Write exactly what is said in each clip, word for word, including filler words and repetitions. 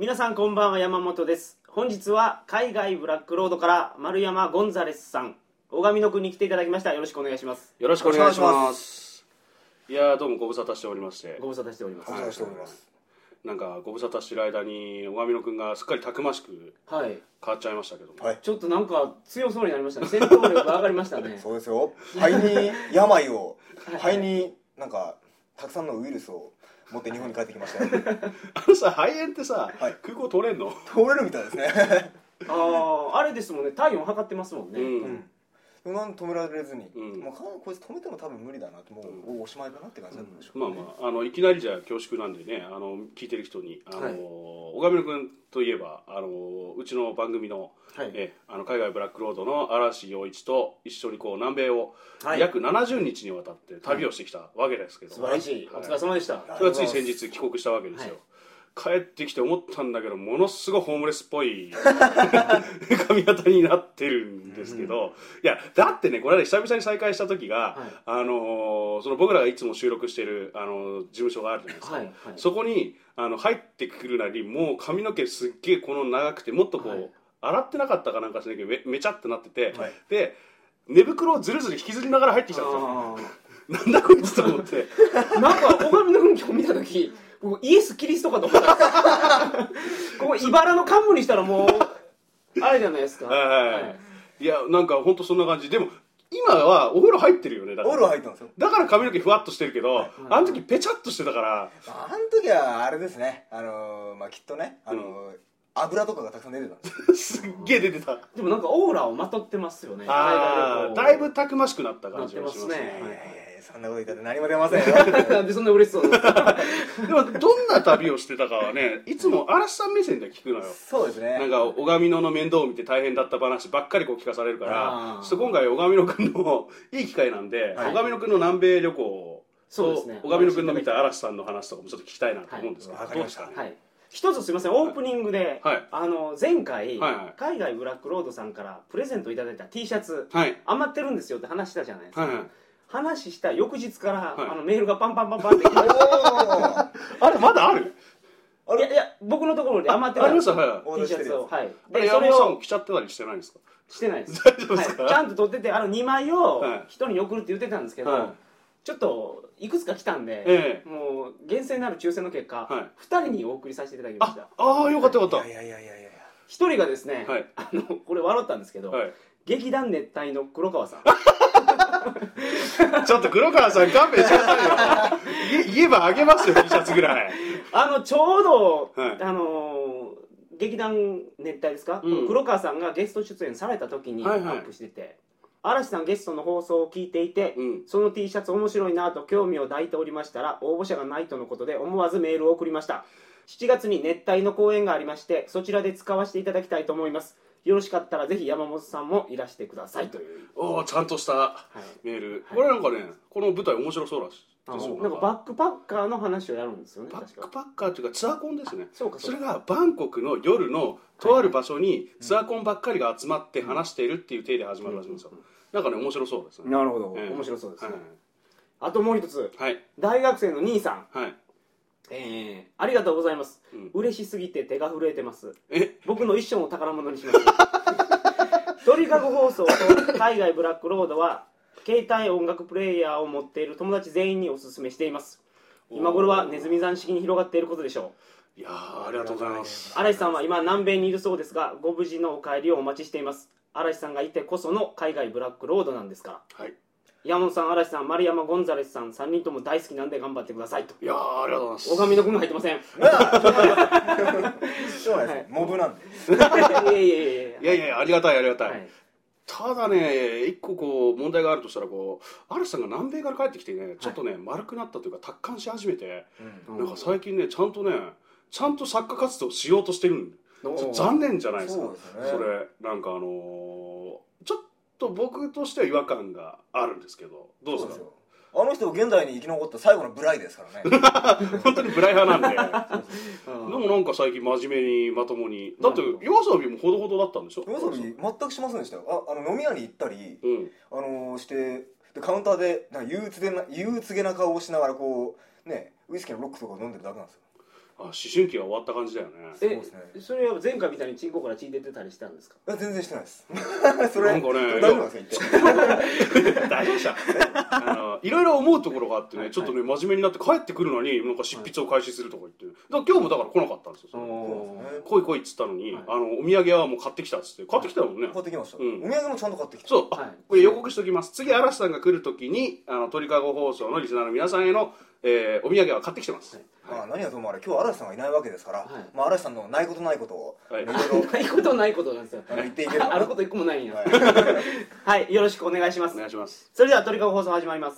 皆さんこんばんは、山本です。本日は海外ブラックロードから丸山ゴンザレスさん、小上野くんに来ていただきました。よろしくお願いします。 よろしくお願いします。いやー、どうもご無沙汰しておりましてご無沙汰しております。 ご無沙汰しております。 なんかご無沙汰してる間に小上野くんがすっかりたくましくはい変わっちゃいましたけども、 はい、 ちょっとなんか強そうになりましたね。戦闘力が上がりましたね。 そうですよ。肺に病を肺になんかたくさんのウイルスを持って日本に帰ってきましたよ。 あのさ、肺炎ってさ、 はい、 空港通れんの？ 通れるみたいですね。 ああ、あれですもんね、体温測ってますもんね。 うんうん、なん止められずに、 うん、 もうこいつ止めても多分無理だなと、もう、うん、おしまいだなって感じだったんでしょう、 ね、うん、まあまあ、あのいきなりじゃ恐縮なんでね、あの聞いてる人に、あの、はい、小上野くんといえばあのうちの番組の、はい、えあの海外ブラックロードの嵐陽一と一緒にこう南米を約ななじゅうにちにわたって旅をしてきたわけですけど、 素晴らしい、はい、お疲れ様でした。 それはつい先日帰国したわけですよ。はい、帰ってきて思ったんだけど、ものすごいホームレスっぽい髪型になってるんですけど、うん、いやだってね、これで久々に再会した時が、はい、あのー、その僕らがいつも収録している、あのー、事務所があるじゃないですか、はいはい、そこにあの入ってくるなり、もう髪の毛すっげえこの長くて、もっとこう、はい、洗ってなかったかなんかしないけど め, めちゃってなってて、はい、で寝袋をずるずる引きずりながら入ってきたんですよ。なんだこいつと思ってなんか小上の運気を見た時、イエス・キリストかと思ったここ茨の冠にしたらもうあれじゃないですか。はいはい、はい、 いやなんか本当そんな感じ。でも今はお風呂入ってるよね。だからお風呂入ったんですよ。 だから髪の毛ふわっとしてるけど、はい、あの時ペチャっとしてたから、 あの時はあれですね、あのー、まあきっとね、あのーうん、油とかがたくさん出てたんですすっげえ出てた。 でもなんかオーラをまとってますよね。 あだいぶたくましくなった感じがしますね。 ね、そんなこと言ったって何も出ませんよ。 なんでそんな嬉しそうなんですか。 でもどんな旅をしてたかはね、いつも嵐さん目線で聞くのよ。 そうですね。 なんか小上野の面倒を見て大変だった話ばっかりこう聞かされるから、ちょっと今回小上野くんのいい機会なんで、はい、小上野くんの南米旅行を、そうですね、小上野くんの見た嵐さんの話とかもちょっと聞きたいなと思うんですけど、 はい、どうですかね。 はい、一つすみません、オープニングで、はい、あの前回、はいはい、海外ブラックロードさんからプレゼントいただいた T シャツ、はい、余ってるんですよって話したじゃないですか。はいはい、話した翌日から、はい、あのメールがパンパンパンパンって来ましたあれまだある？ いやいや、僕のところで余ってた T シャツを、はい、 でそれを着ちゃってたりしてないんですか？ してないです。 大丈夫ですか？ はい、ちゃんと取ってて、あのにまいを人に送るって言ってたんですけど、はい、ちょっといくつか来たんで、ええ、もう厳正なる抽選の結果、はい、ふたりにお送りさせていただきました。 ああ、よかったよかった。 いやいやいやいや、 ひとりがですね、はい、あのこれ笑ったんですけど、はい、劇団熱帯の黒川さんちょっと黒川さん勘弁してくださいよ。言えばあげますよ T シャツぐらい。 あのちょうど、はい、あの劇団熱帯ですか、うん、黒川さんがゲスト出演された時にアップしてて、はいはい、嵐さんゲストの放送を聞いていて、うん、その T シャツ面白いなと興味を抱いておりましたら、応募者がないとのことで思わずメールを送りました。しちがつに熱帯の公演がありまして、そちらで使わせていただきたいと思います。よろしかったらぜひ山本さんもいらしてくださいという。 おお、ちゃんとしたメール、はい、これなんかね、この舞台面白そうらしい。 なんかバックパッカーの話をやるんですよね。 バックパッカーというかツアーコンですね。 そうかそうか。 それがバンコクの夜のとある場所にツアーコンばっかりが集まって話しているっていう体で始まるらしいんですよ。なんかね、面白そうですね。 なるほど、えー、面白そうですね。はい、あともう一つ、はい、大学生の兄さん、はい、えー、ありがとうございます、うん、嬉しすぎて手が震えてます。え僕の一生の宝物にします鳥かご放送と海外ブラックロードは携帯音楽プレイヤーを持っている友達全員におすすめしています。今頃はネズミ山式に広がっていることでしょう。いやー、ありがとうございます。 嵐さんは今南米にいるそうですが、ご無事のお帰りをお待ちしています。嵐さんがいてこその海外ブラックロードなんですから。はい、山本さん、嵐さん、丸山ゴンザレスさん、さんにんとも大好きなんで頑張ってくださいと。 いやー、ありがとうございます。 小上野君が入ってません。 そうなんです、モブなんで。 いやいやいやいやいやいや、ありがたいありがたい。はい、ただね、一個こう問題があるとしたら、こう嵐さんが南米から帰ってきてね、ちょっとね、はい、丸くなったというか達観し始めて、うん、なんか最近ね、ちゃんとね、ちゃんと作家活動しようとしてるんで、残念じゃないですか。 そ, うです、ね、それなんかあのー、ちょっと僕としては違和感があるんですけど、どうですか？ あの人現代に生き残った最後のブライですからね本当にブライ派なんででもなんか最近真面目にまともに、だって夜遊びもほどほどだったんでしょ？ 夜遊び全くしませんでしたよ。 あ, あの飲み屋に行ったり、うん、あのー、してでカウンターでなんか憂鬱でな憂鬱げな顔をしながらこうね、ウイスキーのロックとかを飲んでるだけなんですよ。 あ、思春期が終わった感じだよね。 え、そうですね。それは前回みたいにチンコから血出てたりしたんですか？ いや全然してないです。それなんかね、 大丈夫なんですか？ 言って大丈夫でした。あのいろいろ思うところがあってね、ちょっとね真面目になって帰ってくるのになんか執筆を開始するとか言って、だから今日もだから来なかったんですよ。来い来いっつったのに、あのお土産はもう買ってきたっつって買ってきたもんね。 買ってきました。お土産もちゃんと買ってきた。 そう、これ予告しておきます。次嵐さんが来るときにあの鳥かご放送のリスナーの皆さんへのえー、お土産は買ってきてます。 はい、まあ何はともあれ今日嵐さんがいないわけですから、はい、まあ嵐さんのないことないことを、 はい、ないことないことなんですよ。 言っていけるあること一個もないんや。はい、はい、よろしくお願いします。 お願いします。 それでは鳥かご放送始まります。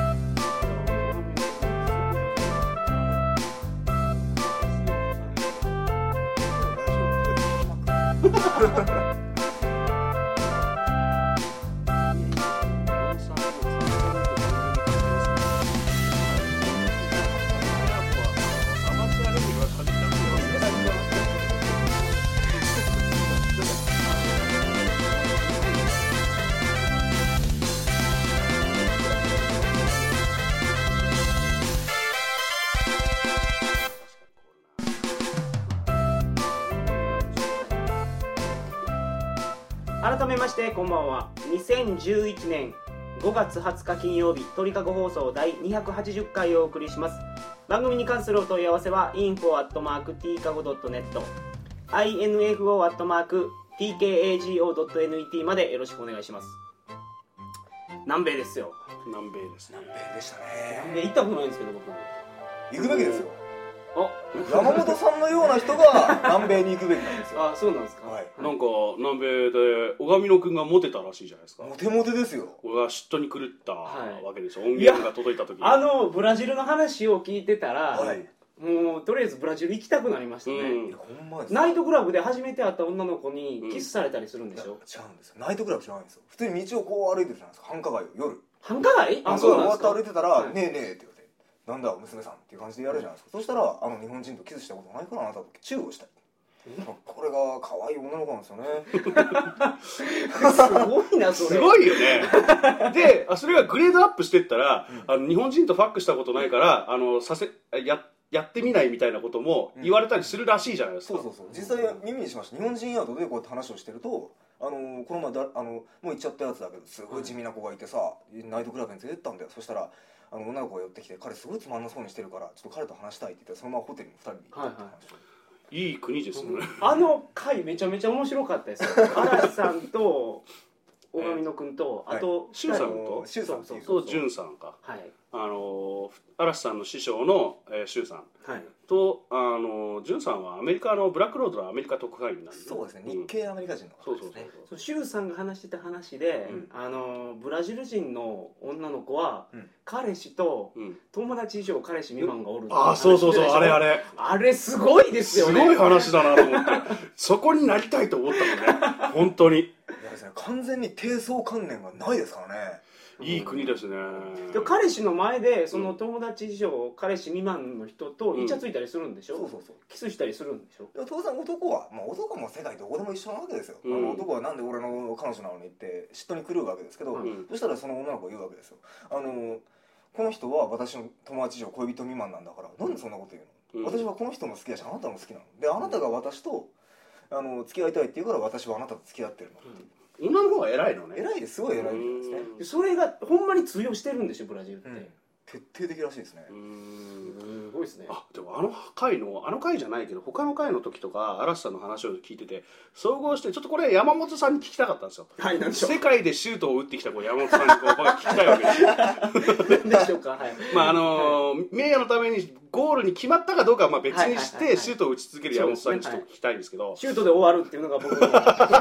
改めましてこんばんは。にせんじゅういちねんごがつはつか金曜日、鳥かご放送だいにひゃくはちじゅっかいをお送りします。番組に関するお問い合わせは インフォ アットマーク ティーカゴ ドットネット インフォ アットマーク ティーケーエージーオー ドットネット までよろしくお願いします。南米ですよ。 南米ですね。 南米でしたね。 南米行ったことないんですけど僕行くべきですよ。 あ、 山本さんのような人が南米に行くべきなんですよ。 あ、そうなんですか。 はい、なんか南米で小上野くんがモテたらしいじゃないですか。 モテモテですよ。 俺は嫉妬に狂ったわけですよ、はい、音源が届いた時に。 あのブラジルの話を聞いてたら、はい、もうとりあえずブラジル行きたくなりましたね。うん、ほんまです。ナイトクラブで初めて会った女の子にキスされたりするんでしょ。うん、違うんですよ。ナイトクラブじゃないんですよ。普通に道をこう歩いてるじゃないですか。繁華街を夜。 繁華街？ あ、そうなんですか。終わって歩いてたら、はい、ねえねえって言われて、なんだ娘さんっていう感じでやるじゃないですか。そしたらあの日本人とキスしたことないからあなたとチューをしたい。これが可愛い女の子なんですよね。 すごいなそれ。 すごいよね。で、それがグレードアップしてったら、うん、あの日本人とファックしたことないからあのさせややってみないみたいなことも言われたりするらしいじゃないですか。 うん、そうそうそう。実際耳にしました。日本人アートでこうやって話をしてると。あのこの前だあのもう行っちゃったやつだけどすごい地味な子がいてさ、うん、ナイトクラブに連れてったんだよ。そしたらあの女の子が寄ってきて彼すごいつまんなそうにしてるからちょっと彼と話したいって言ってそのままホテルにふたりで行ったって話を、はいはい、いい国ですね。 あの回めちゃめちゃ面白かったですよ。嵐さんと大上野くんと、あとシュウさんとシュウさんとジュンさんか、 はい、 あの嵐さんの師匠のシュウさん、はい、とあのジュンさんはアメリカのブラックロードのアメリカ特派員なんで、 そうですね、日系アメリカ人の方ですね。そうそうそう、シュウさんが話してた話で、うん、あのブラジル人の女の子は、うん、彼氏と友達以上彼氏未満がおるって、 うん、あ、そうそうそう、あれあれあれすごいですよね。 すごい話だなと思ってそこになりたいと思ったのね本当に。いやですね、完全に低層観念がないですからね。 いい国ですね。 で彼氏の前でその友達以上、うん、彼氏未満の人とイチャついたりするんでしょ、うん、そうそうそう、キスしたりするんでしょ。 当然男は、まあ、男も世界どこでも一緒なわけですよ、うん、あの男はなんで俺の彼女なのにって嫉妬に狂うわけですけど、うん、そしたらその女の子が言うわけですよ。あのこの人は私の友達以上恋人未満なんだからなんでそんなこと言うの、うん、私はこの人も好きだしあなたも好きなので、あなたが私とあの付き合いたいって言うから私はあなたと付き合ってるのって、うん、 女の方が偉いのね。 偉いです、すごい偉いんですね。 それがほんまに通用してるんでしょブラジルって、うん、 徹底的らしいですね。 うーん、すごいですね。 あ、でもあの回のあの回じゃないけど他の回の時とか嵐さんの話を聞いてて総合してちょっとこれ山本さんに聞きたかったんですよ。 はい、なんでしょう。 世界でシュートを打ってきたこう山本さんにこう聞きたいわけですよ。 なんでしょうか。はい。 まああのー、名誉のためにゴールに決まったかどうかはまあ別にしてシュートを打ち続ける山本さんにちょっと聞きたいんですけど、 シュートで終わるっていうのが僕の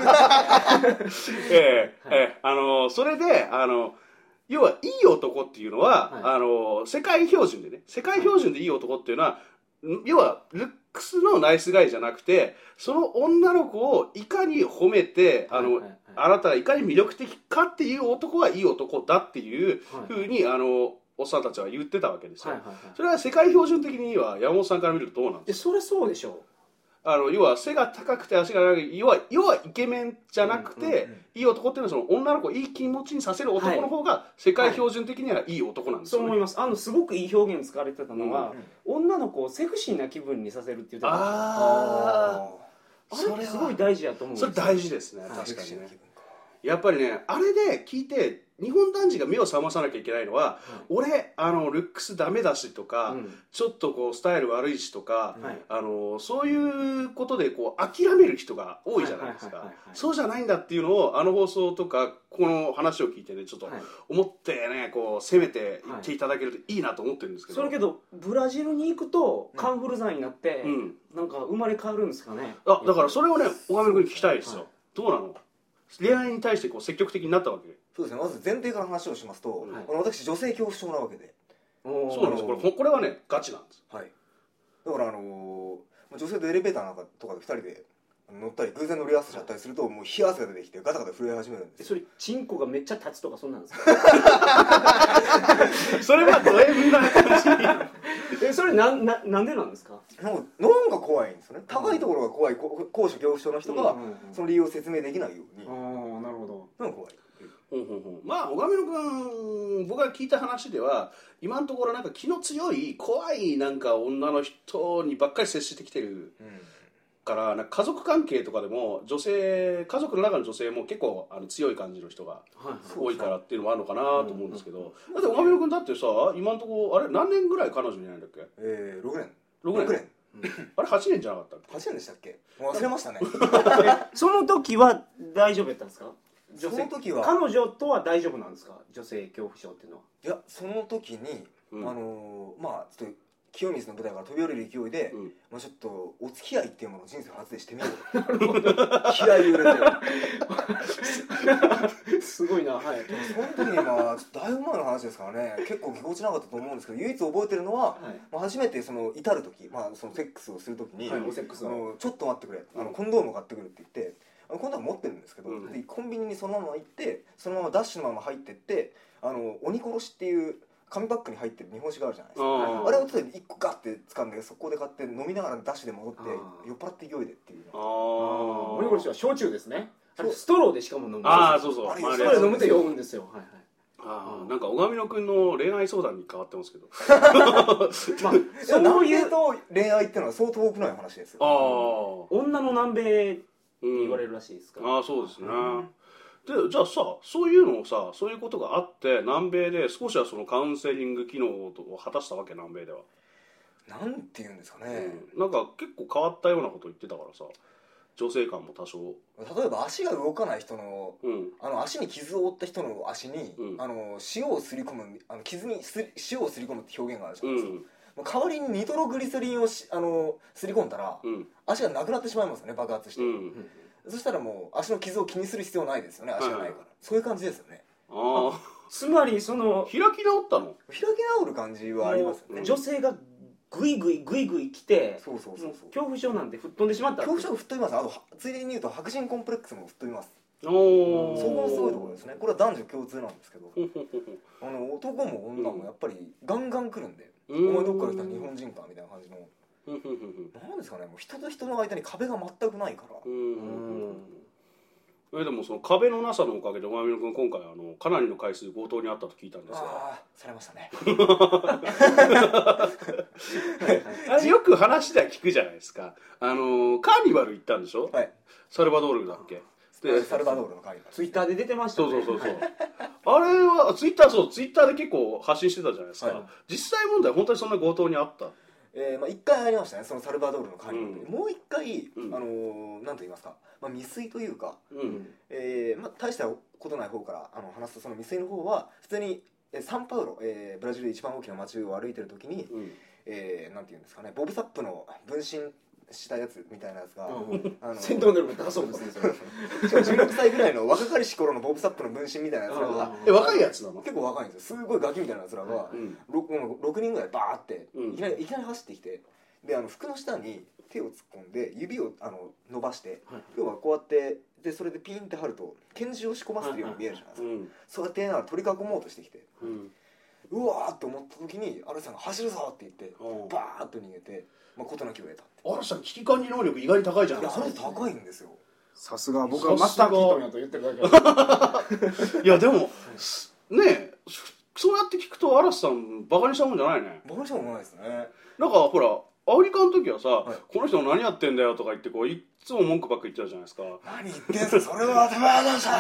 ええええあのー、それであの要はいい男っていうのは、はい、あの世界標準でね世界標準でいい男っていうのは、はい、要はルックスのナイスガイじゃなくてその女の子をいかに褒めてあの、はいはいはい、あなたがいかに魅力的かっていう男がいい男だっていうふうに、はい、あのおっさんたちは言ってたわけですよ、はいはいはい、それは世界標準的には山本さんから見るとどうなんですか。 それそうでしょう。 あの要は背が高くて足が長い要は要はイケメンじゃなくて、うんうんうん、いい男っていうのはその女の子をいい気持ちにさせる男の方が世界標準的にはいい男なんですよね、 はいはい、そう思います。あのすごくいい表現使われてたのは、うんうん、女の子をセクシーな気分にさせるって言ってた。ああそれすごい大事やと思うんですよ。 それ大事ですね、確かにね。やっぱりねあれで聞いて日本男児が目を覚まさなきゃいけないのは、うん、俺あのルックスダメだしとか、うん、ちょっとこうスタイル悪いしとか、はい、あのそういうことでこう諦める人が多いじゃないですか。そうじゃないんだっていうのをあの放送とかこの話を聞いてねちょっと思ってねこう攻めて言っていただけるといいなと思ってるんですけど、 はい、それけどブラジルに行くとカンフル剤になって、うん、なんか生まれ変わるんですかね。 あだからそれをね小上君に聞きたいですよ、はい、どうなの恋愛に対してこう積極的になったわけ。 そうですね、まず前提から話をしますと、はい、私女性恐怖症なわけで。 そうなんです。これこれはねガチなんです。 はい。だからあのー、女性とエレベーターなんかとかでふたりで乗ったり偶然乗り合わせちゃったりするともう冷や汗が出てきてガタガタ震え始めるんです。 それチンコがめっちゃ立つとかそんなんですかそれはド M な感じえそれなんななんでなんですか。 なんかなんか怖いんですよね。高いところが怖い高所恐怖症の人がその理由を説明できないように。 ああなるほど。 なんか怖い。 ほんほんほんまあ小上野君僕が聞いた話では今のところなんか気の強い怖いなんか女の人にばっかり接してきてるから、うん、なんか家族関係とかでも女性家族の中の女性も結構あの強い感じの人が多いからっていうのもあるのかなと思うんですけど、だって小上野君だってさ今のところあれ何年ぐらい彼女いないんだっけ。 えー、ろくねんろくねん、ろくねんあれはちねんじゃなかったっけ。 はちねんでしたっけ。忘れましたねその時は大丈夫やったんですか。 その時は彼女とは大丈夫なんですか女性恐怖症っていうのは。 いやその時に、うん、あのー、まあちょっと清水の舞台から飛び降りる勢いで、うん、まあ、ちょっとお付き合いっていうものを人生初でしてみよう気合い揺れてすごいな。はい。 その時にまあだいぶ前の話ですからね結構ぎこちなかったと思うんですけど唯一覚えてるのは、はい、まあ、初めてその至る時、まあ、そのセックスをする時に、はい、おセックスのちょっと待ってくれ、うん、あのコンドーム買ってくるって言ってコンドーム持ってるんですけど、うん、でコンビニにそのまま行ってそのままダッシュのまま入ってってあの鬼殺しっていう紙パックに入ってる日本酒があるじゃないですか。 あ, あれを例えばいっこガッて掴んでそこで買って飲みながらダッシュで戻って酔っ払って勢いでっていう。 ああ鬼殺しは焼酎ですね。あれストローでしかも飲む。 ああそうそう、あれそれ飲むと酔うんですよ。はいはい。 ああなんか小上野くんの恋愛相談に変わってますけどまあそういうと恋愛っていうのは相当多くない話ですよ。 ああ女の南米って言われるらしいですから、 うん、ああそうですね、うんでじゃあさそういうのをさそういうことがあって南米で少しはそのカウンセリング機能を果たしたわけ南米では。 なんて言うんですかね、 うん、なんか結構変わったようなこと言ってたからさ女性感も多少。 例えば足が動かない人の、うん、あの足に傷を負った人の足に、うん、あの塩をすり込むあの傷にす塩をすり込むって表現があるじゃないですか、うん、代わりにニトログリセリンをしあのすり込んだら、うん、足がなくなってしまいますよね爆発して、うんそしたらもう足の傷を気にする必要ないですよね足がないから、はいはい、そういう感じですよね。 ああつまりその開き直ったの開き直る感じはありますよね。 女性がグイグイグイグイ来てそうそうそうそう恐怖症なんて吹っ飛んでしまった。 恐怖症吹っ飛びます。あとついでに言うと白人コンプレックスも吹っ飛びます。おそこもすごいところですね。これは男女共通なんですけどあの男も女もやっぱりガンガン来るんで、うん、お前どっから来た日本人かみたいな感じのなんですかねもう人と人の間に壁が全くないから。うんえでもその壁のなさのおかげで小上野君今回あのかなりの回数強盗にあったと聞いたんですが。 ああされましたねあれよく話では聞くじゃないですか。あのカーニバル行ったんでしょ、はい、サルバドールだっけ。 でサルバドールのカーニバルツイッターで出てましたね。 そうそうそうそうあれはツイッターそうツイッターで結構発信してたじゃないですか、はい、実際問題本当にそんな強盗にあった。 えーまあ、いっかいありましたねそのサルバドールのカーニバルで、うん、もういっかい、うん、あのー、なんと言いますか、まあ、未遂というか、うんえーまあ、大したことない方からあの話すとその未遂の方は普通にサンパウロ、えー、ブラジルで一番大きな街を歩いてる時に、うんえー、なんて言うんですかねボブサップの分身したやつみたいなやつが、うん、 あの戦闘能力高そうですねそれじゅうろくさいぐらいの若かりし頃のボブサップの分身みたいなやつらがえ若いやつなの。 結構若いんですよ。すごいガキみたいなやつらが、うん、ろくにんぐらいバーって、うん、いきなりいきなり走ってきてであの服の下に手を突っ込んで指をあの伸ばして、はい、要はこうやってでそれでピンって貼ると拳銃を仕込ませてるように見えるじゃないですか、はいはい、そうやって取り囲もうとしてきて、うん、 うわーって思った時に嵐さんが走るぞって言ってバーッと逃げて、まあ、事なきを得た。 嵐さん危機管理能力意外に高いじゃないですか。 いやあれ高いんですよ。 さすが僕はマスター・キートンやと言ってるだけいやでもねそうやって聞くと嵐さんバカにしたもんじゃないね。 バカにしたもんないですね。 なんかほらアフリカの時はさ、はい、この人何やってんだよとか言ってこういっつも文句ばっか言ってたじゃないですか。 何言ってんすかそれは頭ださ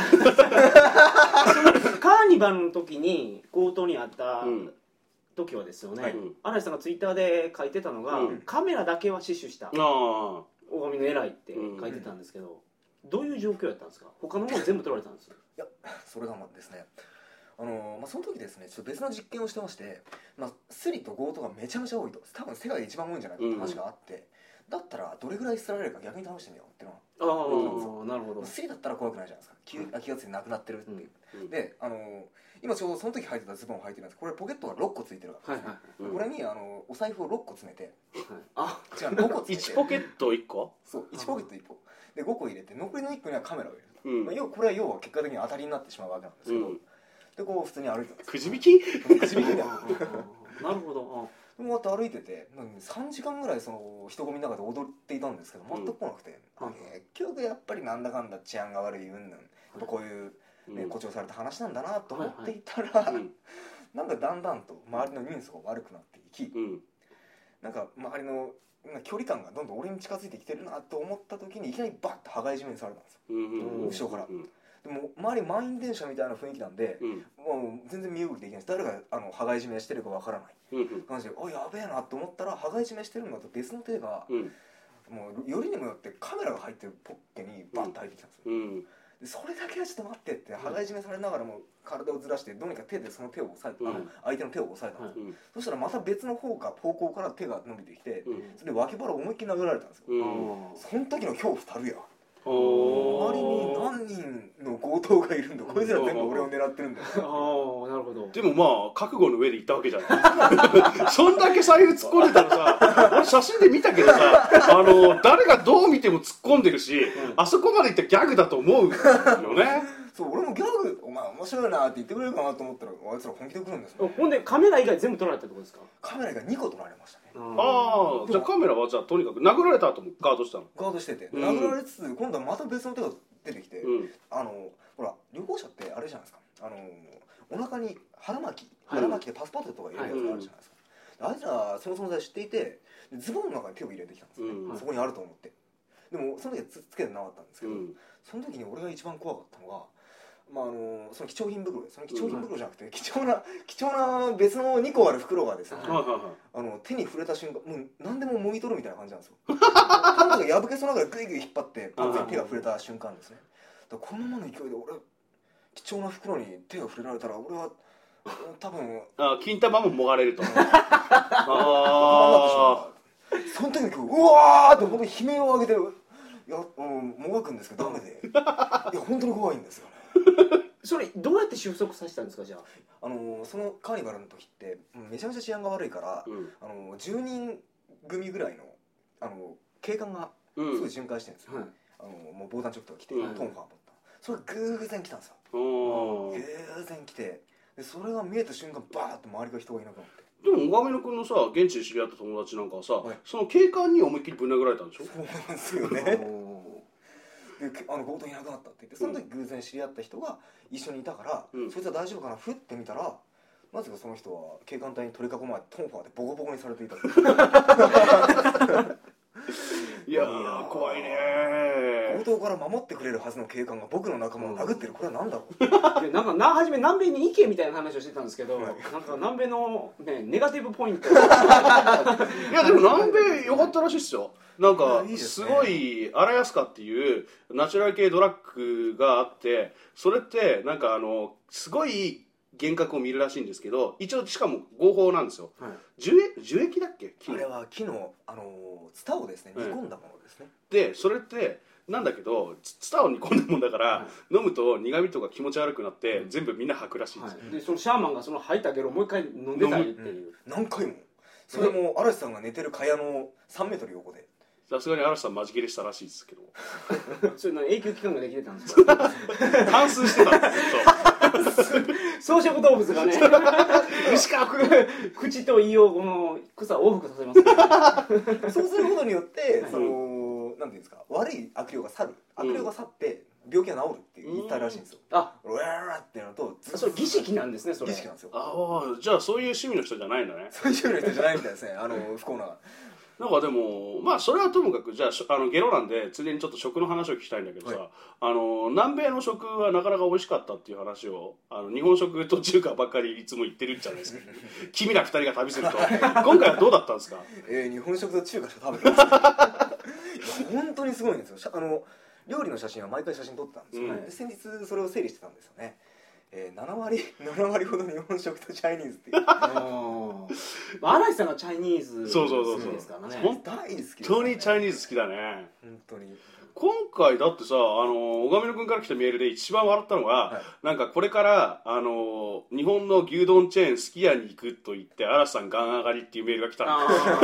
カーニバルの時に強盗にあった時はですよね、嵐、はい、さんがツイッターで書いてたのが、うん、カメラだけは死守した大神の偉いって書いてたんですけど、うん、どういう状況やったんですか。他のもの全部取られたんですよ。 いやそれがまあですね、あのーまあ、その時ですねちょっと別の実験をしてまして、まあ、スリと強盗がめちゃめちゃ多いと、多分世界で一番多いんじゃないかって話があって、うん、だったらどれぐらい捨てられるか逆に試してみようっていうのはああなるほど。 スリだったら怖くないじゃないですか。気, 気がついてなくなってるっていう、うん、で、あのー、今ちょうどその時履いてたズボンを履いてるんです。これポケットがろっこついてるわけです、ね、はいはい、これに、あのー、お財布をろっこ詰めて、はい、あ違うごこ詰めていちポケットいっこそういちポケットいっこでごこ入れて残りのいっこにはカメラを入れる、うんまあ、要これは要は結果的に当たりになってしまうわけなんですけど、うん、でこう普通に歩いてます。 くじ引きくじ引きだよなるほど。 でもこうやって歩いててさんじかんぐらいその人混みの中で踊っていたんですけど全く来なくて、うん、結局やっぱりなんだかんだ治安が悪いうんぬんやっぱこういう、ね、誇張された話なんだなと思っていたら、はいはい、なんかだんだんと周りのニュースが悪くなっていき、うん、なんか周りの距離感がどんどん俺に近づいてきてるなと思った時にいきなりバッと羽交い締めにされたんですよ、うん、後ろから、うん、でも周り満員電車みたいな雰囲気なんで、うん、もう全然身動きできないです。誰があの羽交い締めしてるかわからない感じで、あやべえなと思ったら羽交い締めしてるのと別の手が、うん、もうよりにもよってカメラが入ってるポッケにバッと入ってきたんですよ、うん、でそれだけはちょっと待ってって羽交い締めされながらも体をずらしてどうにか手でその手を押さえて、うん、相手の手を押さえたんですよ、うん、そしたらまた別の方か方向から手が伸びてきて、うん、それで脇腹を思いっきり殴られたんですよ、うん、その時の恐怖たるや周りに何人の強盗がいるんだ、こいつら全部俺を狙ってるんだよああなるほど。 でもまあ覚悟の上で行ったわけじゃないそんだけ財布突っ込んでたらさ俺写真で見たけどさあの誰がどう見ても突っ込んでるし、うん、あそこまで行ったギャグだと思うよねそう俺もギャグお前面白いなって言ってくれるかなと思ったらあいつら本気で来るんですよ、ね、 ほんでカメラ以外全部撮られたってことですか。 カメラがにこ撮られましたね。 ああじゃあカメラはじゃあとにかく殴られた後もガードしたの。 ガードしてて、うん、殴られつつ今度はまた別の手が出てきて、うん、あのほら旅行者ってあれじゃないですか、あのお腹に腹巻き腹巻きでパスポートとか入れるやつがあるじゃないですか、はい、あいつらその存在知っていてズボンの中に手を入れてきたんですよね、うん、そこにあると思って。でもその時は つ, つけてなかったんですけど、うん、その時に俺が一番怖かったのがまあ、あのその貴重品袋その貴重品袋じゃなくて、うん、貴重な貴重な別のにこある袋がですね、うん、あの手に触れた瞬間もう何でももぎ取るみたいな感じなんですよパンツが破けそうながらグイグイ引っ張ってパンツに手が触れた瞬間ですね。だからこのままの勢いで俺貴重な袋に手が触れられたら俺は多分あ金玉ももがれるとああその時に今日うわーって本当に悲鳴を上げていや、うん、もがくんですけどダメでいや本当に怖いんですよねそれどうやって収束させたんですか。じゃあ、 あのー、そのカーニバルの時ってめちゃめちゃ治安が悪いから、うん、あのー、じゅうにん組ぐらいの、あのー、警官がすごい巡回してるんですよ、うん、あのー、もう防弾チョッキとか着て、うん、トンファー持ったそれが偶然来たんですよ。偶然来てでそれが見えた瞬間バーッと周りが人がいなくなって。 でも小上野君のさ現地で知り合った友達なんかはさ、はい、その警官に思いっきりぶん殴られたんでしょ。 そうなんですよねであの強盗いなくなったって言ってその時偶然知り合った人が一緒にいたから、うん、そいつは大丈夫かなふって見たらなぜかその人は警官隊に取り囲まれてトンファーでボコボコにされていたいやー怖いねー。強盗から守ってくれるはずの警官が僕の仲間を殴ってる、これは何だろういやなんかな初め南米に行けみたいな話をしてたんですけど、はい、なんか南米の、ね、ネガティブポイントいやでも南米良かったらしいっすよ。なんかすごいアラヤスカっていうナチュラル系ドラッグがあってそれってなんかあのすごい幻覚を見るらしいんですけど一応しかも合法なんですよ、はい、樹液、樹液だっけあれは木の、あのツタをですね煮込んだものですね、 うん、でそれってなんだけどツタを煮込んだもんだから、はい、飲むと苦味とか気持ち悪くなって、うん、全部みんな吐くらしいんですよ、 はい、でそのシャーマンがその吐いたゲロをもう一回飲んでたりっていう、 うん、何回もそれも嵐さんが寝てる蚊帳のさんメートル横でさすがに嵐さんマジ切れしたらしいですけどそれ永久期間ができてたんですか貫通してたんです草食動物がね牛か口と胃をこの草を往復させますからそうすることによってそのなんていうんですか、悪い悪霊が去る、悪霊が去って病気が治るって言ったらしいんですよ。 あ、 うわーってなると、 それ儀式なんですね。それ儀式なんですよ。 ああ、じゃあそういう趣味の人じゃないんだね。 そういう趣味の人じゃないみたいですね。あの不幸な。 なんかでもまあそれはともかく、じゃああのゲロなんでついでにちょっと食の話を聞きたいんだけどさ、はい、あの南米の食はなかなか美味しかったっていう話を、あの日本食と中華ばっかりいつも言ってるじゃないですか君らふたりが旅すると今回はどうだったんですか？ えー、日本食と中華しか食べてないです本当にすごいんですよ。あの料理の写真は毎回写真撮ってたんですよ、うん、で先日それを整理してたんですよね。えー、なな割なな割ほど日本食とチャイニーズっていう荒井さんがチャイニーズそうそうそうそうですからね。 大好きです、ね、 本当にチャイニーズ好きだね。 本当に今回だってさ、あの小上野君から来たメールで一番笑ったのが、はい、なんかこれからあの日本の牛丼チェーンすき家に行くと言って嵐さんガン上がりっていうメールが来た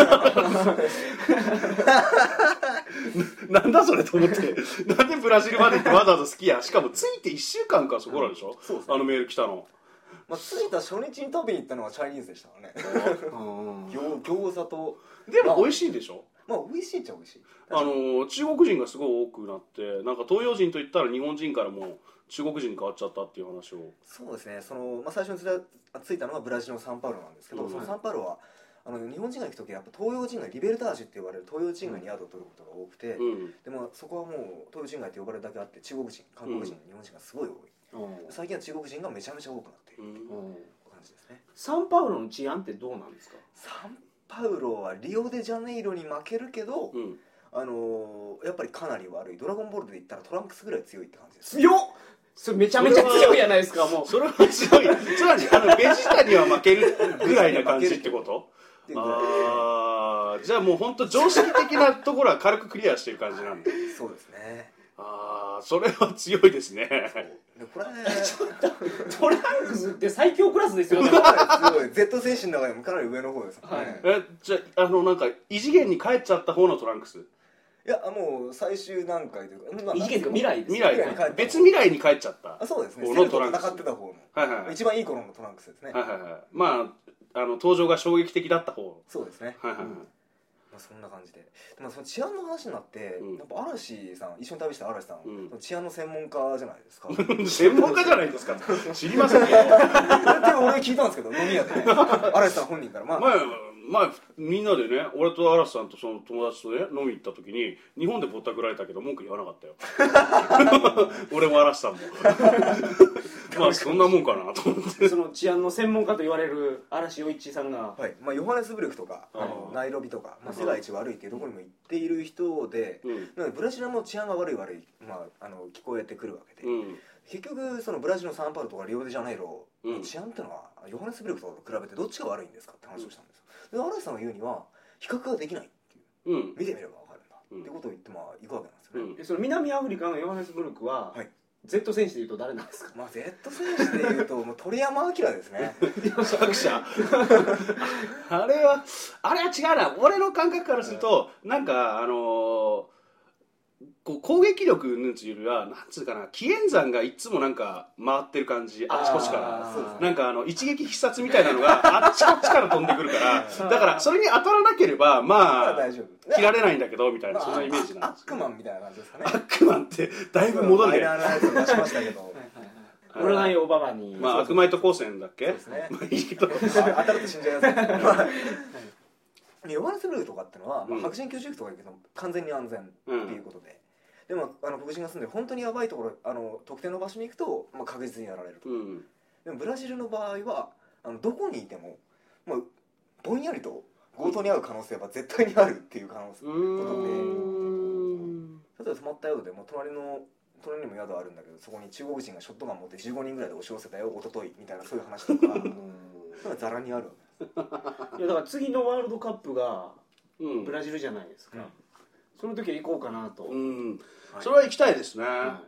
なんだそれと思って、なんでブラジルまで行ってわざわざすき家、しかも着いていっしゅうかんかそこらでしょ、うん、あのメール来たの。 まあ、着いた初日に食べに行ったのはチャイニーズでしたからね餃子と。 でも美味しいでしょ。 まあ美味しいっちゃ美味しい。 あの中国人がすごい多くなって、なんか東洋人といったら日本人からも中国人に変わっちゃったっていう話を。 そうですね。その、まあ、最初に着いたのがブラジルのサンパウロなんですけど、うん、そのサンパウロはあの日本人が行く時はやっぱ東洋人街、リベルタージュって呼ばれる東洋人街に宿を取ることが多くて、うん、でもそこはもう東洋人街って呼ばれるだけあって中国人、韓国人、うん、日本人がすごい多い、うん、最近は中国人がめちゃめちゃ多くなっている、うん、感じですね。 サンパウロの治安ってどうなんですか？ サンパウロはリオデジャネイロに負けるけど、うん、あのー、やっぱりかなり悪い。ドラゴンボールで言ったらトランクスぐらい強いって感じです。 強っ！それめちゃめちゃ強いじゃないですか。もうそれは強い。つまりあのベジタには負けるぐらいな感じってこと？ああ、じゃあもう本当常識的なところは軽くクリアしてる感じなんだ。 そうですね。 ああ、それは強いですね。 これちょっとトランクスって最強クラスですよね。 すごい Z 選手の中でもかなり上の方です、ね。はい。 え、じゃあ、あのなんか異次元に帰っちゃった方のトランクス？ いや、もう最終段階というか、 まあ、異次元というか未来です。 未来に帰った別未来に帰っちゃった。 あ、そうですね。セルと戦ってた方の、 はいはいはい、 一番いい頃のトランクスですね。 はいはいはい。まああの登場が衝撃的だった方。 そうですね。 はいはいはい。うん、 まあそんな感じで。でもその治安の話になって、うん、やっぱ嵐さん、一緒に旅した嵐さん、うん、治安の専門家じゃないですか。 専門家じゃないですか。知りませんけど。 って俺聞いたんですけど、飲み屋で嵐さん本人から、まあ。 まあまあ、みんなでね、俺と嵐さんとその友達とね飲み行った時に日本でぼったくられたけど文句言わなかったよ俺も嵐さんもまあそんなもんかなと思ってその治安の専門家と言われる嵐陽一さんが、 はい、まあ、ヨハネスブルクとかあのナイロビとか、まあ、世界一悪いっていうところにも行っている人で、うん、なのでブラジルも治安が悪い悪い、まあ、あの聞こえてくるわけで、うん、結局そのブラジルのサンパウロとかリオデジャネイロの治安っていうのは、うん、ヨハネスブルクと比べてどっちが悪いんですかって話をしたんですよ。で嵐さんが言うには比較ができないっていう、うん、見てみれば分かるんだ、うん、ってことを言ってまあ行くわけなんですよね、 うん、その南アフリカのヨハネスブルクは、はい、Z 選手でいうと誰なんですか？ まあ Z 選手でいうともう鳥山明ですね作者あれはあれは違うな。俺の感覚からすると、うん、なんかあのーこう攻撃力うんぬんつうよりはなんつうかな、紀元山がいつもなんか回ってる感じ、あちこちからなんかあの一撃必殺みたいなのがあっちこっちから飛んでくるからだからそれに当たらなければまあ切られないんだけどみたいな、そんなイメージなんです。 アックマンみたいな感じですかね。 アックマンってだいぶ戻んねえ。 マイナーなやつ出しましたけど占いオババに、 まあ悪魔糸光線だっけ。 そうですね。 まあいいけど当たると死んじゃうやつですね。ヨハネスブルクとかってのは、まあ、白人居住区とか行くと完全に安全っていうことで、うん、でもあの黒人が住んで本当にやばいところ、あの特定の場所に行くと、まあ、確実にやられると、うん、でもブラジルの場合はあのどこにいても、まあ、ぼんやりと強盗に遭う可能性は絶対にあるっていう可能性ことで、例えば泊まった宿でも隣の隣にも宿あるんだけど、そこに中国人がショットガン持ってじゅうごにんぐらいで押し寄せたよ一昨日みたいな、そういう話とかそれはザラにあるわけです。 いやだから次のワールドカップがブラジルじゃないですか、うん、その時は行こうかなと、うん、 はい、それは行きたいですね、 はい、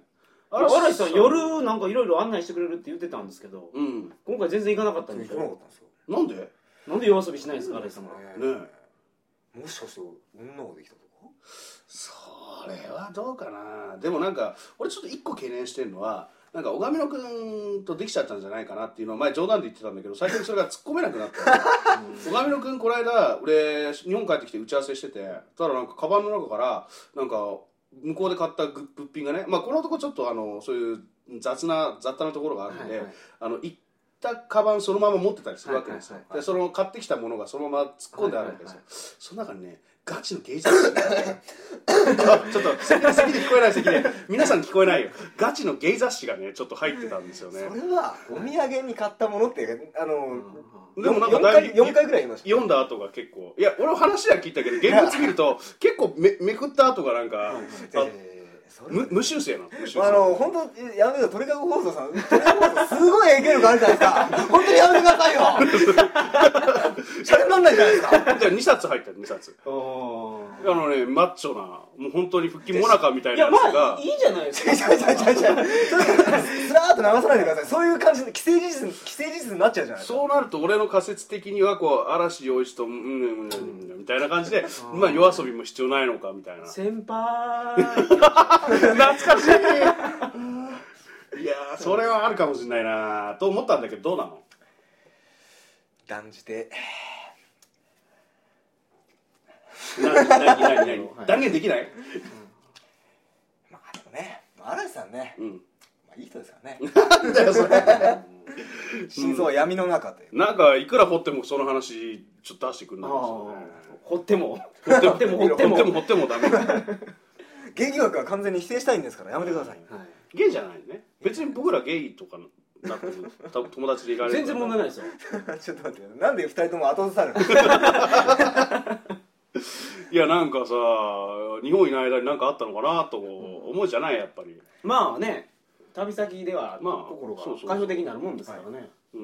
嵐さん夜なんかいろいろ案内してくれるって言ってたんですけど、うん、今回全然行かなかったんでしょ。 行かなかったんですよ。 なんでなんで夜遊びしないんですか、嵐さんは。 ねえ、もしかして女ができたとか。 それはどうかな。でもなんか俺ちょっと一個懸念してるのは、 なんか小上野くんとできちゃったんじゃないかなっていうのは前冗談で言ってたんだけど、最近それが突っ込めなくなった小上野くんこの間俺日本帰ってきて打ち合わせしてて、ただなんかカバンの中からなんか向こうで買った物品がね、まあこのとこちょっとあのそういう雑な雑多なところがあるんで、はいはい、あの行ったカバンそのまま持ってたりするわけですよ、はいはいはい、でその買ってきたものがそのまま突っ込んであるわけですよ、はいはいはい、その中にねガチの芸術誌ちょっと席で席で聞こえない席で皆さん聞こえないよ、ガチの芸雑誌がねちょっと入ってたんですよね。 それはお土産に買ったものってあの、 うん、でもなんかだいぶよんかいぐらい言いました。 読んだ後が結構、いや俺話は聞いたけど現物見ると結構 め, めくった後がなんか、無, 無修正なの。 あの本当やめてください。鳥かご放送さん、鳥かご放送すごい影響力あるじゃないですか。本当にやめてくださいよ。シャレになんないじゃないですか。 じゃあにさつ入ってるにさつ。あのねマッチョなもう本当に腹筋モナカみたいなやつが。 いやまあいいじゃないですか。 違う違う違う違う。スラーっと流さないでください。そういう感じで既成事実既成事実になっちゃうじゃないですか。 そうなると俺の仮説的にはこう嵐陽一とうんうんうんみたいな感じで、まあ夜遊びも必要ないのかみたいな。 先輩。 懐かしい。いやーそれはあるかもしれないなと思ったんだけど、どうなの？ 断じてななななな断言できない？うん、 まあでもね嵐さんね、うん、まあいい人ですからね。 なんだよそれ。 真相は闇の中という、 うん、なんかいくら掘ってもその話ちょっと出してくるんですよね。 掘っても掘っても掘っても掘っても掘ってもダメ。 ゲイ疑惑は完全に否定したいんですからやめてください、はい、 ゲイじゃないね。別に僕らゲイとかなって友達でいられる全然問題ないですよ。 ちょっと待ってなんでふたりとも後ずされるの？ いやなんかさ日本いない間に何かあったのかなと思うじゃないやっぱり。 まあね旅先では心が開放的になるもんですからね。 うん。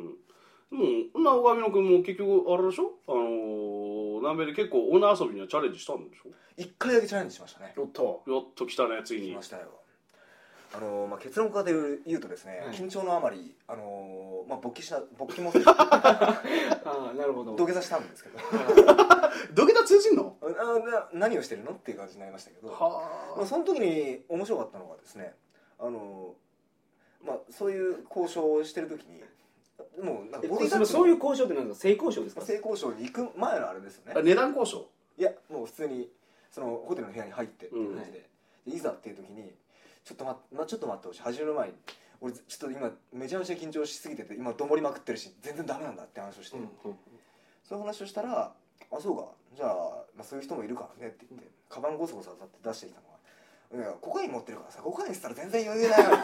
もうな小上野君も結局あれでしょ、あのー、南米で結構女遊びにはチャレンジしたんでしょ？ 一回だけチャレンジしましたね。 やっとやっと来たねついに。 来ましたよ。あのーまあ、結論からで言うとですね、はい、緊張のあまり、あのーまあ、勃起した勃起もせずあなるほど土下座したんですけど土下座通じんの？ あな何をしてるのっていう感じになりましたけど、は、まあ、その時に面白かったのがですね、あのーまあ、そういう交渉をしてる時にもうなんかボディタッチそういう交渉って何ですか？性交渉ですか？ 性交渉に行く前のあれですよね。 値段交渉？ いやもう普通にそのホテルの部屋に入ってっていう感じで、うん、でいざっていう時にちょっと待って、まあ、ちょっと待ってほしい、始める前に俺ちょっと今めちゃめちゃ緊張しすぎてて今どもりまくってるし全然ダメなんだって話をして、うんうん、そういう話をしたらあそうかじゃあ、まあ、そういう人もいるからねって言って、うん、カバンゴソゴソって出してきたのがいやコカイン持ってるからさコカインしたら全然余裕だよ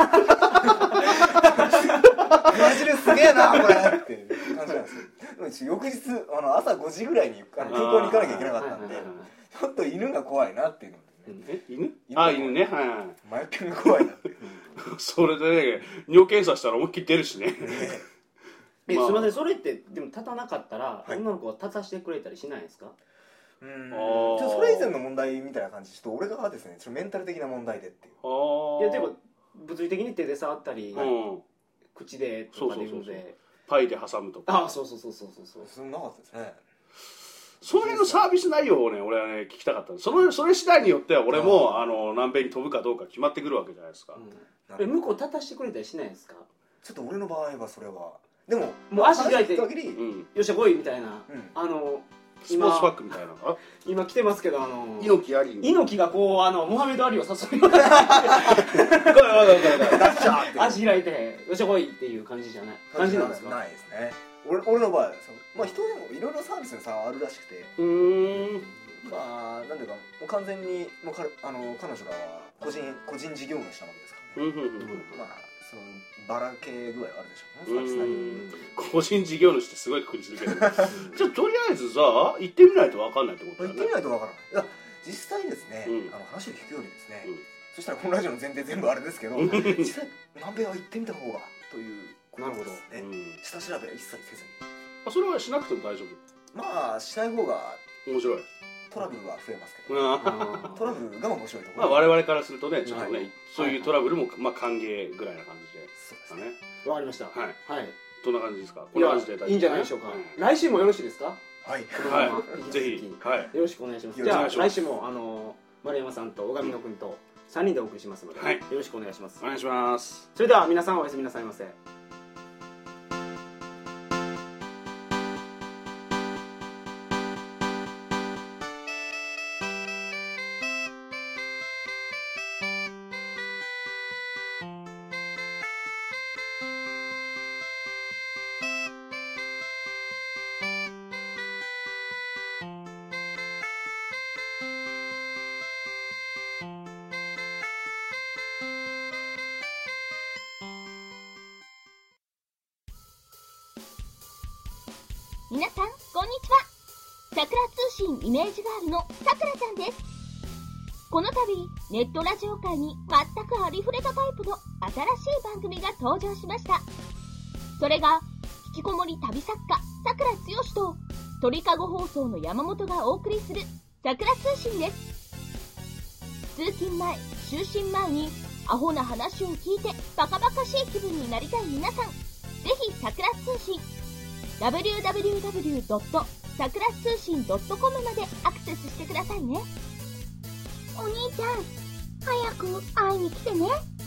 ブラジルすげえなこれっていう感じなんですよ。翌日あの朝ごじぐらいにあの空港に行かなきゃいけなかったんでちょっと犬が怖いなっていうのでえ犬？あ犬ね、はいはい。 マイペンが怖いなってそれでね尿検査したら思いっきり出るしね。 え、まあ、すみませんそれってでも立たなかったら、はい、女の子は立たしてくれたりしないんですか？ うん、ちょそれ以前の問題みたいな感じちょっと俺がですねちょっとメンタル的な問題でっていう。 いやでも物理的に手で触ったり、はい、口でとかで言うのでパイで挟むとか。 ああそうそうそうそうそうそうそんなかったですね。 その辺のサービス内容をね俺はね聞きたかった。そのそれ次第によっては俺もあの南米に飛ぶかどうか決まってくるわけじゃないですか、 うん、え向こう立たしてくれたりしないんですか？ ちょっと俺の場合はそれはでももう足開いて、 うん、 よっしゃ来いみたいな、うん、あのスポーツバッグみたいなあ今来てますけどあの猪木アリ猪木がこうあのモハメド・アリを誘うような足開いてよっしゃ来いっていう感じじゃない感じなんですか？ ないですね。俺, 俺の場合はまあ人でもいろいろサービスの差はあるらしくてうーんまあなんていうかもう完全にもうかあの彼女らは個人個人事業主なわけですからね、うん、まあそのバラ系具合はあるでしょうね。サービス内容個人事業主ってすごいくくりするけどじゃあとりあえずさ行ってみないと分かんないってことだよね。 行ってみないと分からない。いや実際ですね、うん、あの話を聞くよりですね、うん、そしたらこのラジオの前提全部あれですけど実際南米は行ってみた方がということですね、うん、下調べは一切せずにあそれはしなくても大丈夫？ まあしない方が面白い。 トラブルは増えますけどトラブルが面白いところ、 まあ、我々からするとねちょっとね、はい、そういうトラブルも、まあ、歓迎ぐらいな感じでそうですね。わかりました。はい、はい、 どんな感じですか？こんな感じでいいんじゃないでしょうか、はい、来週もよろしいですか？ はい、 はい、ぜひ、はい、 よろしくお願いします。じゃあ来週もあの丸山さんと小上野君とさんにんでお送りしますので、 はい、 よろしくお願いします。 お願いします。 それでは皆さんおやすみなさいませ。 皆さんこんにちは。さくら通信イメージガールのさくらちゃんです。この度ネットラジオ界に全くありふれたタイプの新しい番組が登場しました。それが引きこもり旅作家さくらつよしと鳥かご放送の山本がお送りするさくら通信です。通勤前、就寝前にアホな話を聞いてバカバカしい気分になりたい皆さん、ぜひさくら通信ダブリューダブリューダブリュードットさくら通信ドットコム までアクセスしてくださいね。お兄ちゃん、早く会いに来てね。